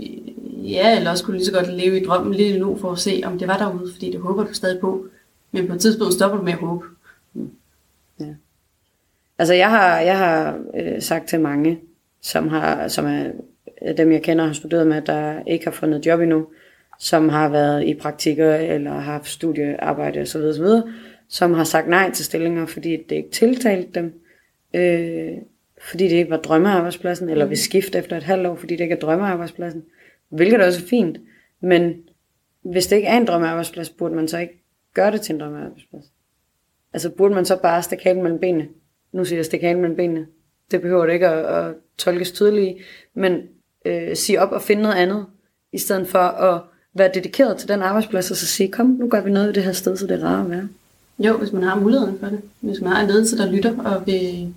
Ja, eller også kunne lige så godt leve i drømmen lidt nu for at se, om det var derude, fordi det håber du stadig på. Men på et tidspunkt stopper du med at håbe. Mm. Ja. Altså jeg har, jeg har øh, sagt til mange, som, har, som er dem jeg kender har studeret med, der ikke har fundet job endnu, som har været i praktikker eller har haft studiearbejde osv. osv., som har sagt nej til stillinger, fordi det ikke tiltalte dem, øh, fordi det ikke var drømmearbejdspladsen, eller vil skifte efter et halvt år, fordi det ikke er drømmearbejdspladsen, hvilket også er fint, men hvis det ikke er en drømmearbejdsplads, burde man så ikke gøre det til en drømmearbejdsplads. Altså burde man så bare stikke halen mellem benene. Nu siger jeg stikke halen mellem benene. Det behøver det ikke at, at tolkes tydeligt, men øh, sige op og finde noget andet, i stedet for at være dedikeret til den arbejdsplads, og så sige, kom, nu gør vi noget i det her sted, så det er rart at være. Jo, hvis man har muligheden for det. Hvis man har en ledelse, der lytter og vil,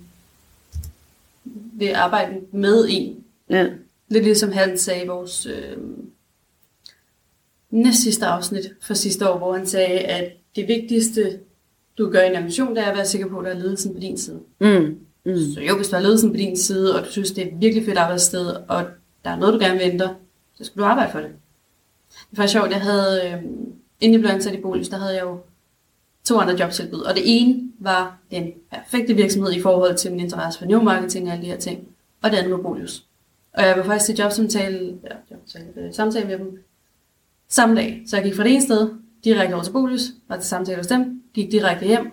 vil arbejde med en. Ja. Lidt ligesom han sagde i vores øh, næst sidste afsnit for sidste år, hvor han sagde, at det vigtigste, du gør i en ambition, det er at være sikker på, at der er ledelsen på din side. Mm. Mm. Så jo, hvis du har ledelsen på din side, og du synes, det er et virkelig fedt arbejdssted, og der er noget, du gerne vil ændre, så skal du arbejde for det. Det er faktisk sjovt, jeg havde, øh, inden jeg blev ansat i Bolys, der havde jeg jo to andre jobtilbud, og det ene var den perfekte virksomhed i forhold til min interesse for neuromarketing og alle de her ting, og det andet var Bolys. Og jeg var faktisk til jobsamtale, ja, jobsamtale, samtale med dem samme dag. Så jeg gik fra det ene sted, direkte over til Bolys, var til samtale hos dem, gik direkte hjem,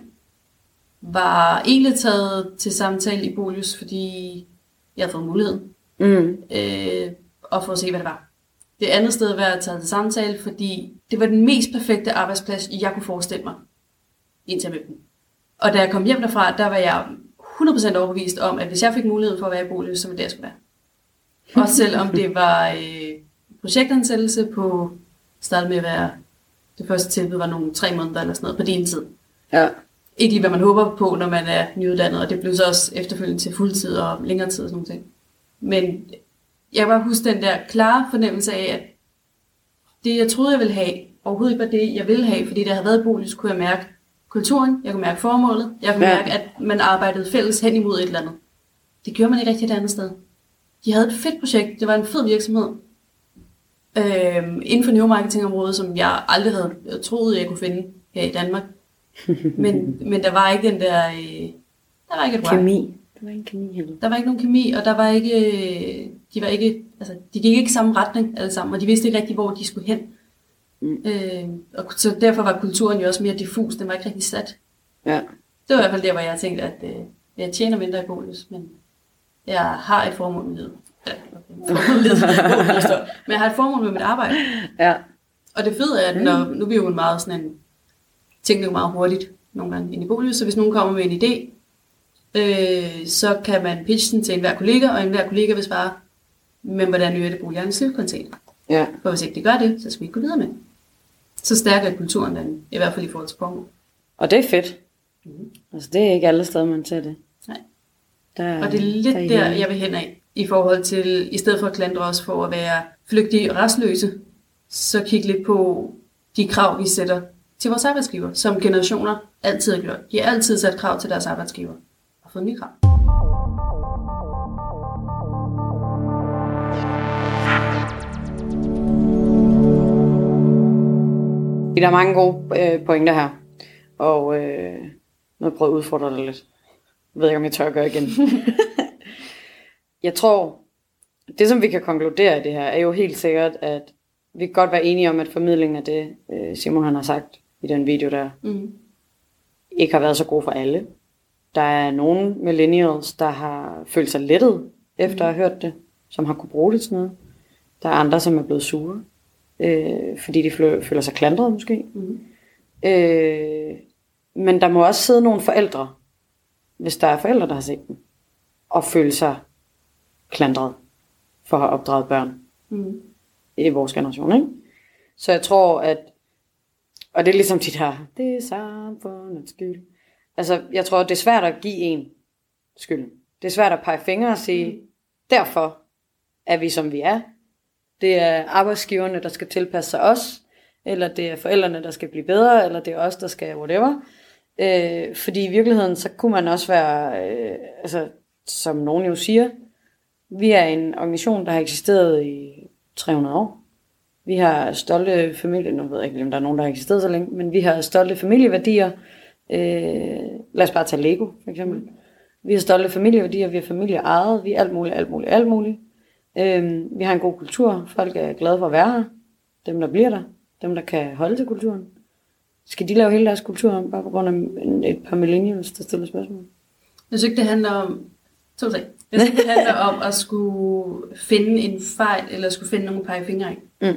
var egentlig taget til samtale i Bolys, fordi jeg havde fået muligheden, mm. øh, og for at se, hvad det var. Det andet sted var jeg taget til samtale, fordi det var den mest perfekte arbejdsplads, jeg kunne forestille mig, indtil jeg mødte den. Og da jeg kom hjem derfra, der var jeg hundrede procent overbevist om, at hvis jeg fik muligheden for at være i Bolys, så var det, jeg skulle være. Også selvom det var øh, projektansættelse på, startede med at være, det første tilbud var nogle tre måneder eller sådan noget på din tid. Ja. Ikke lige, hvad man håber på, når man er nyuddannet, og det blev så også efterfølgende til fuldtid og længere tid og sådan noget. Men jeg kan bare huske den der klare fornemmelse af, at det, jeg troede, jeg ville have, overhovedet ikke var det, jeg ville have, fordi da jeg havde været i Bolys, kunne jeg mærke kulturen, jeg kunne mærke formålet, jeg kunne ja. mærke, at man arbejdede fælles hen imod et eller andet. Det gjorde man ikke rigtig et andet sted. De havde et fedt projekt, det var en fed virksomhed, øhm, inden for neuromarketingområdet, som jeg aldrig havde troet, jeg kunne finde her i Danmark. Men, men der var ikke den der, øh, der var ikke et kemi. Der var ikke kemi heller. Der var ikke nogen kemi, og der var ikke, de var ikke, altså de gik ikke i samme retning alle sammen, og de vidste ikke rigtig, hvor de skulle hen. Mm. Øh, og så derfor var kulturen jo også mere diffus, den var ikke rigtig sat. Ja. Det var i hvert fald der, hvor jeg tænkte, at øh, jeg tjener mindre i Bolys, men jeg har et formål med livet. Ja, okay. Formål med livet. Men jeg har et formål med mit arbejde. Ja. Og det fede er, at når, nu er vi jo en meget sådan en, tænker jo meget hurtigt nogle gange ind i Bolys, så hvis nogen kommer med en idé, øh, så kan man pitche den til enhver kollega, og enhver kollega vil svare, men hvordan øger det boligernes livskvalitet? Ja. For hvis ikke de gør det, så skal vi ikke gå videre med. Så stærker kulturen den, i hvert fald i forhold til formål. Og det er fedt. Mm. Altså det er ikke alle steder, man ser det. Nej. Der, og det er lidt der, der jeg vil hen af. I forhold til, i stedet for at klandre os for at være flygtige og restløse, så kig lidt på de krav, vi sætter til vores arbejdsgiver, som generationer altid har gjort. De har altid sat krav til deres arbejdsgiver og fået nye krav. Der er mange gode øh, pointer her, og øh, nu har jeg prøvet at udfordre dig lidt. Jeg ved ikke, om jeg tør at gøre igen. Jeg tror, det som vi kan konkludere i det her, er jo helt sikkert, at vi kan godt være enige om, at formidlingen af det, øh, Simon han har sagt i den video der, mm. ikke har været så god for alle. Der er nogle millennials, der har følt sig lettet efter at have hørt det, som har kunne bruge det til noget. Der er andre, som er blevet sure. Øh, fordi de føler sig klandret måske. Mm. Øh, men der må også sidde nogle forældre, hvis der er forældre, der har set dem, og føle sig klandret for at have opdraget børn mm. i vores generation. Ikke? Så jeg tror, at, og det er ligesom tit her, det er samfundets skyld. Altså, jeg tror, det er svært at give en skyld. Det er svært at pege fingre og sige, mm. derfor er vi, som vi er. Det er arbejdsgiverne, der skal tilpasse sig os, eller det er forældrene, der skal blive bedre, eller det er os, der skal whatever. Øh, fordi i virkeligheden, så kunne man også være, øh, altså, som nogen jo siger, vi er en organisation, der har eksisteret i tre hundrede år. Vi har stolte familie, nu ved jeg ikke, om der er nogen, der har eksisteret så længe, men vi har stolte familieværdier. Øh, lad os bare tage Lego, for eksempel. Vi har stolte familieværdier, vi har familieejet, vi er alt muligt, alt muligt, alt muligt. Øhm, vi har en god kultur. Folk er glade for at være her. Dem der bliver der. Dem der kan holde til kulturen. Skal de lave hele deres kultur om, bare på grund af et par millennials, der stiller spørgsmål? Jeg synes ikke det handler om to ting. Jeg synes det handler om at skulle finde en fejl, eller skulle finde nogle pegefingre i. Mm.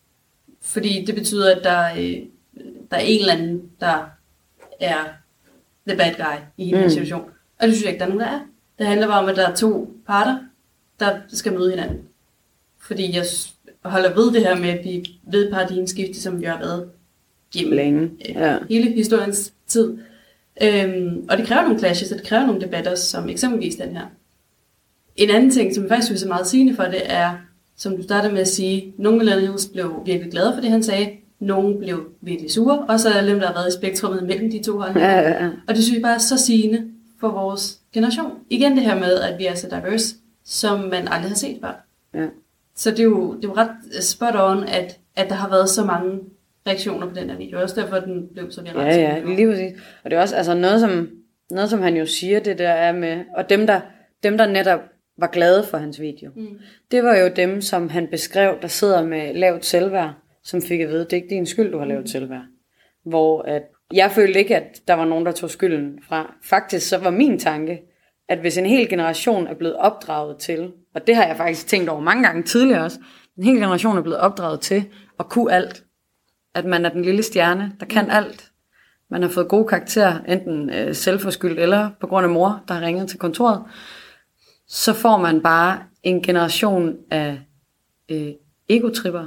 Fordi det betyder, at der, øh, der er en eller anden, der er the bad guy i hele mm. den situation. Og det synes jeg ikke, der er nogen, der er. Det handler bare om, at der er to parter, der skal møde hinanden. Fordi jeg holder ved det her med, at vi ved paradigmeskifte, som vi har været gennem længe. Ja. Hele historiens tid. Øhm, og det kræver nogle clashes, og det kræver nogle debatter, som eksempelvis den her. En anden ting, som jeg faktisk synes er meget sigende for det, er, som du startede med at sige, nogle millennials blev virkelig glade for det, han sagde, nogle blev virkelig sure, og så er der dem, der har været i spektrummet mellem de to holdninger. Ja, ja, ja. Og det synes jeg bare er så sigende for vores generation. Igen det her med, at vi er så diverse, som man aldrig har set før. Ja. Så det er jo, det er jo ret spot on, at, at der har været så mange reaktioner på den her video. Også derfor, at den blev så viral. Ja, ja, lige præcis. Og det er også altså noget, som, noget, som han jo siger, det der er med, og dem, der, dem, der netop var glade for hans video, mm. det var jo dem, som han beskrev, der sidder med lavt selvværd, som fik at vide, det er ikke din skyld, du har lavt selvværd. Hvor at, jeg følte ikke, at der var nogen, der tog skylden fra. Faktisk så var min tanke, at hvis en hel generation er blevet opdraget til, og det har jeg faktisk tænkt over mange gange tidligere også, en hel generation er blevet opdraget til at kunne alt. At man er den lille stjerne, der kan alt. Man har fået gode karakterer, enten øh, selvforskyldt eller på grund af mor, der har ringet til kontoret. Så får man bare en generation af øh, egotripper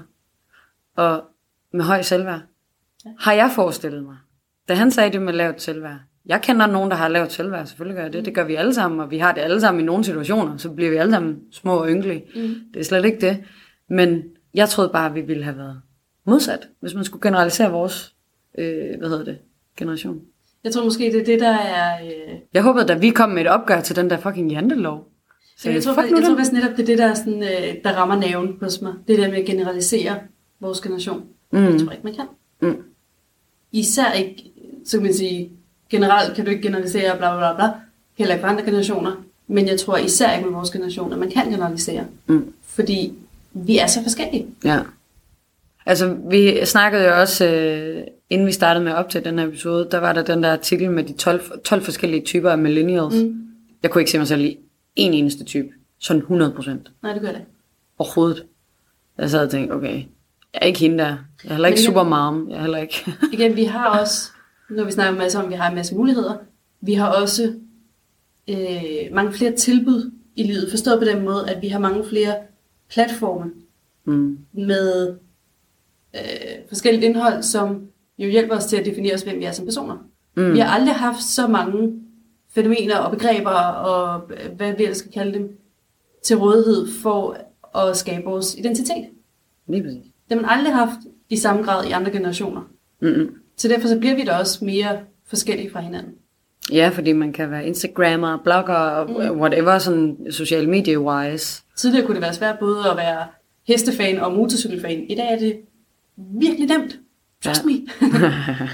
og med høj selvværd. Har jeg forestillet mig. Da han sagde det med lavt selvværd. Jeg kender nogen, der har lavt selvværd. Selvfølgelig gør jeg det. Det gør vi alle sammen, og vi har det alle sammen i nogle situationer. Så bliver vi alle sammen små og ynkelige. Mm. Det er slet ikke det. Men jeg troede bare, at vi ville have været modsat, hvis man skulle generalisere vores, øh, hvad hedder det, generation. Jeg tror måske, det er det, der er... Øh... Jeg håbede, da vi kom med et opgør til den der fucking jantelov. Så jeg, jeg tror, jeg, jeg tror faktisk netop, det er det, der, er sådan, øh, der rammer nerven hos mig. Det der med at generalisere vores generation. Mm. Jeg tror ikke, man kan. Mm. Især ikke, så kan man sige, generelt kan du ikke generalisere, bla bla bla, heller ikke for andre generationer. Men jeg tror især ikke med vores generation, at man kan generalisere. Mm. Fordi vi er så forskellige. Ja. Altså, vi snakkede jo også, øh, inden vi startede med at optage den her episode, der var der den der artikel med de tolv, tolv forskellige typer af millennials. Mm. Jeg kunne ikke se mig selv i en eneste type. Sådan hundrede procent. Nej, det gør det. Overhovedet. Jeg sad og tænkte, okay, jeg er ikke hende der. Jeg er heller ikke supermom. Jeg er heller ikke. Igen, vi har også, når vi snakker en masse om, vi har en masse muligheder, vi har også øh, mange flere tilbud i livet. Forstået på den måde, at vi har mange flere platforme mm. med øh, forskelligt indhold, som jo hjælper os til at definere os, hvem vi er som personer. Mm. Vi har aldrig haft så mange fænomener og begreber, og hvad vi ellers skal kalde dem, til rådighed for at skabe vores identitet. Lige præcis. Det har man aldrig haft i samme grad i andre generationer. Mm-mm. Så derfor så bliver vi da også mere forskellige fra hinanden. Ja, fordi man kan være Instagrammer, blogger, mm. whatever, sådan social media-wise. Tidligere kunne det være svært både at være hestefan og motorcykelfan. I dag er det virkelig nemt. Trust ja. me.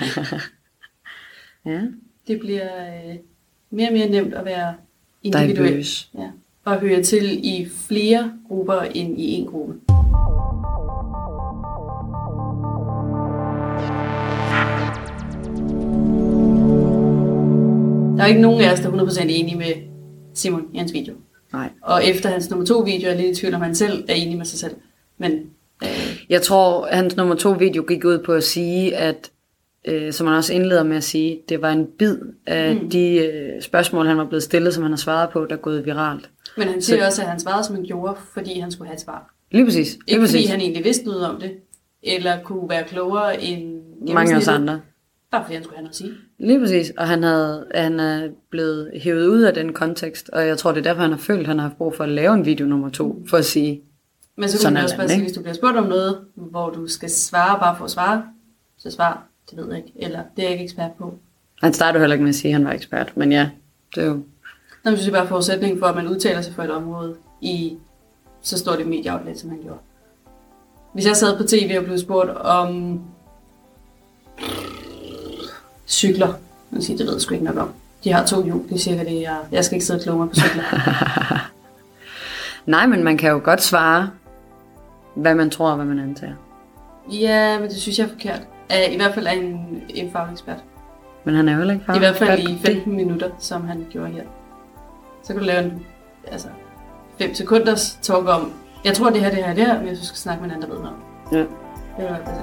ja. Det bliver øh, mere og mere nemt at være individuel. Ja. Og høre til i flere grupper end i en gruppe. Der er ikke nogen af os, der er hundrede procent enige med Simon i hans video. Nej. Og efter hans nummer to video er jeg lidt i tvivl om, han selv er enig med sig selv. Men, øh... jeg tror, hans nummer to video gik ud på at sige, at, øh, som han også indleder med at sige, det var en bid af mm. de øh, spørgsmål, han var blevet stillet, som han har svaret på, der er gået viralt. Men han siger Så... også, at han svarede, som han gjorde, fordi han skulle have et svar. Lige præcis. Lige ikke præcis. fordi han egentlig vidste noget om det, eller kunne være klogere end mange af os andre. Bare fordi han skulle have noget at sige. Lige præcis, og han, havde, han er blevet hævet ud af den kontekst, og jeg tror, det er derfor, han har følt, at han har haft brug for at lave en video nummer to, for at sige, men så kunne man også bare sige, hvis du bliver spurgt om noget, hvor du skal svare bare for at svare, så svar, det ved jeg ikke, eller det er jeg ikke ekspert på. Han startede heller ikke med at sige, at han var ekspert, men ja, det er jo... Nå, synes jeg bare forudsætning for, at man udtaler sig for et område i så stort et medieoutlet, som han gjorde. Hvis jeg sad på tv og blev spurgt om cykler, jeg siger, det ved jeg sgu ikke nok om. De har to hjul, det er cirka det, jeg, jeg skal ikke sidde og kloge mig på cykler. Nej, men man kan jo godt svare, hvad man tror og hvad man antager. Ja, men det synes jeg er forkert. I hvert fald er en, en fagekspert. Men han er jo heller ikke fagekspert. I hvert fald i femten minutter, som han gjorde her. Så kan du lave en altså, fem sekunders talk om, jeg tror det her, det her, det her, men jeg synes, du skal snakke med en anden, der ved noget. Ja. Det vil være præcis.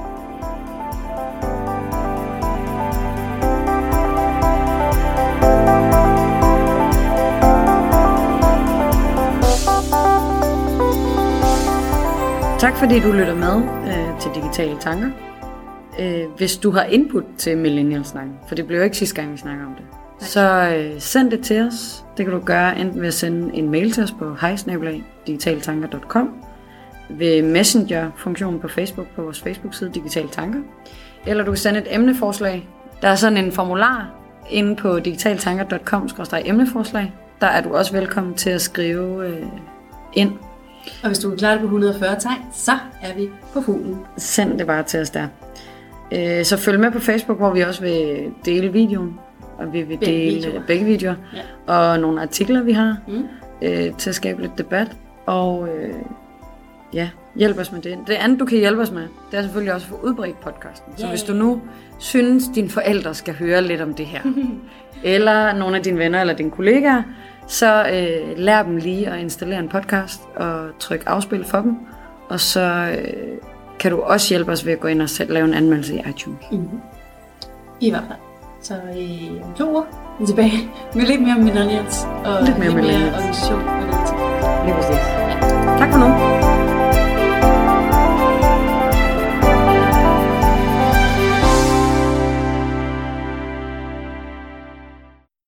Tak fordi du lytter med øh, til Digitale Tanker. Øh, hvis du har input til Millennial-snakken, for det blev jo ikke sidste gang, vi snakker om det, okay. så øh, send det til os. Det kan du gøre enten ved at sende en mail til os på hej snabel-a digitaletanker punktum com, ved Messenger-funktionen på Facebook på vores Facebook-side Digitale Tanker, eller du kan sende et emneforslag. Der er sådan en formular inde på digitaletanker punktum com skråstreg emneforslag. Der er du også velkommen til at skrive øh, ind. Og hvis du er klar på et hundrede og fyrre tegn, så er vi på fuglen. Send det bare til os der. Øh, så følg med på Facebook, hvor vi også vil dele videoen. Og vi vil begge dele videoer. begge videoer. Ja. Og nogle artikler, vi har mm. øh, til at skabe lidt debat. Og øh, ja, hjælp os med det. Det andet, du kan hjælpe os med, det er selvfølgelig også at få udbredt podcasten. Yeah. Så hvis du nu synes, dine forældre skal høre lidt om det her, eller nogle af dine venner eller dine kollegaer, så øh, lær dem lige at installere en podcast og trykke afspil for dem. Og så øh, kan du også hjælpe os ved at gå ind og sætte, lave en anmeldelse i iTunes. Mm-hmm. I hvert fald. Så i om to uger er vi tilbage med lidt mere millennials og lidt mere, lidt mere millennials. organisation. Lige præcis.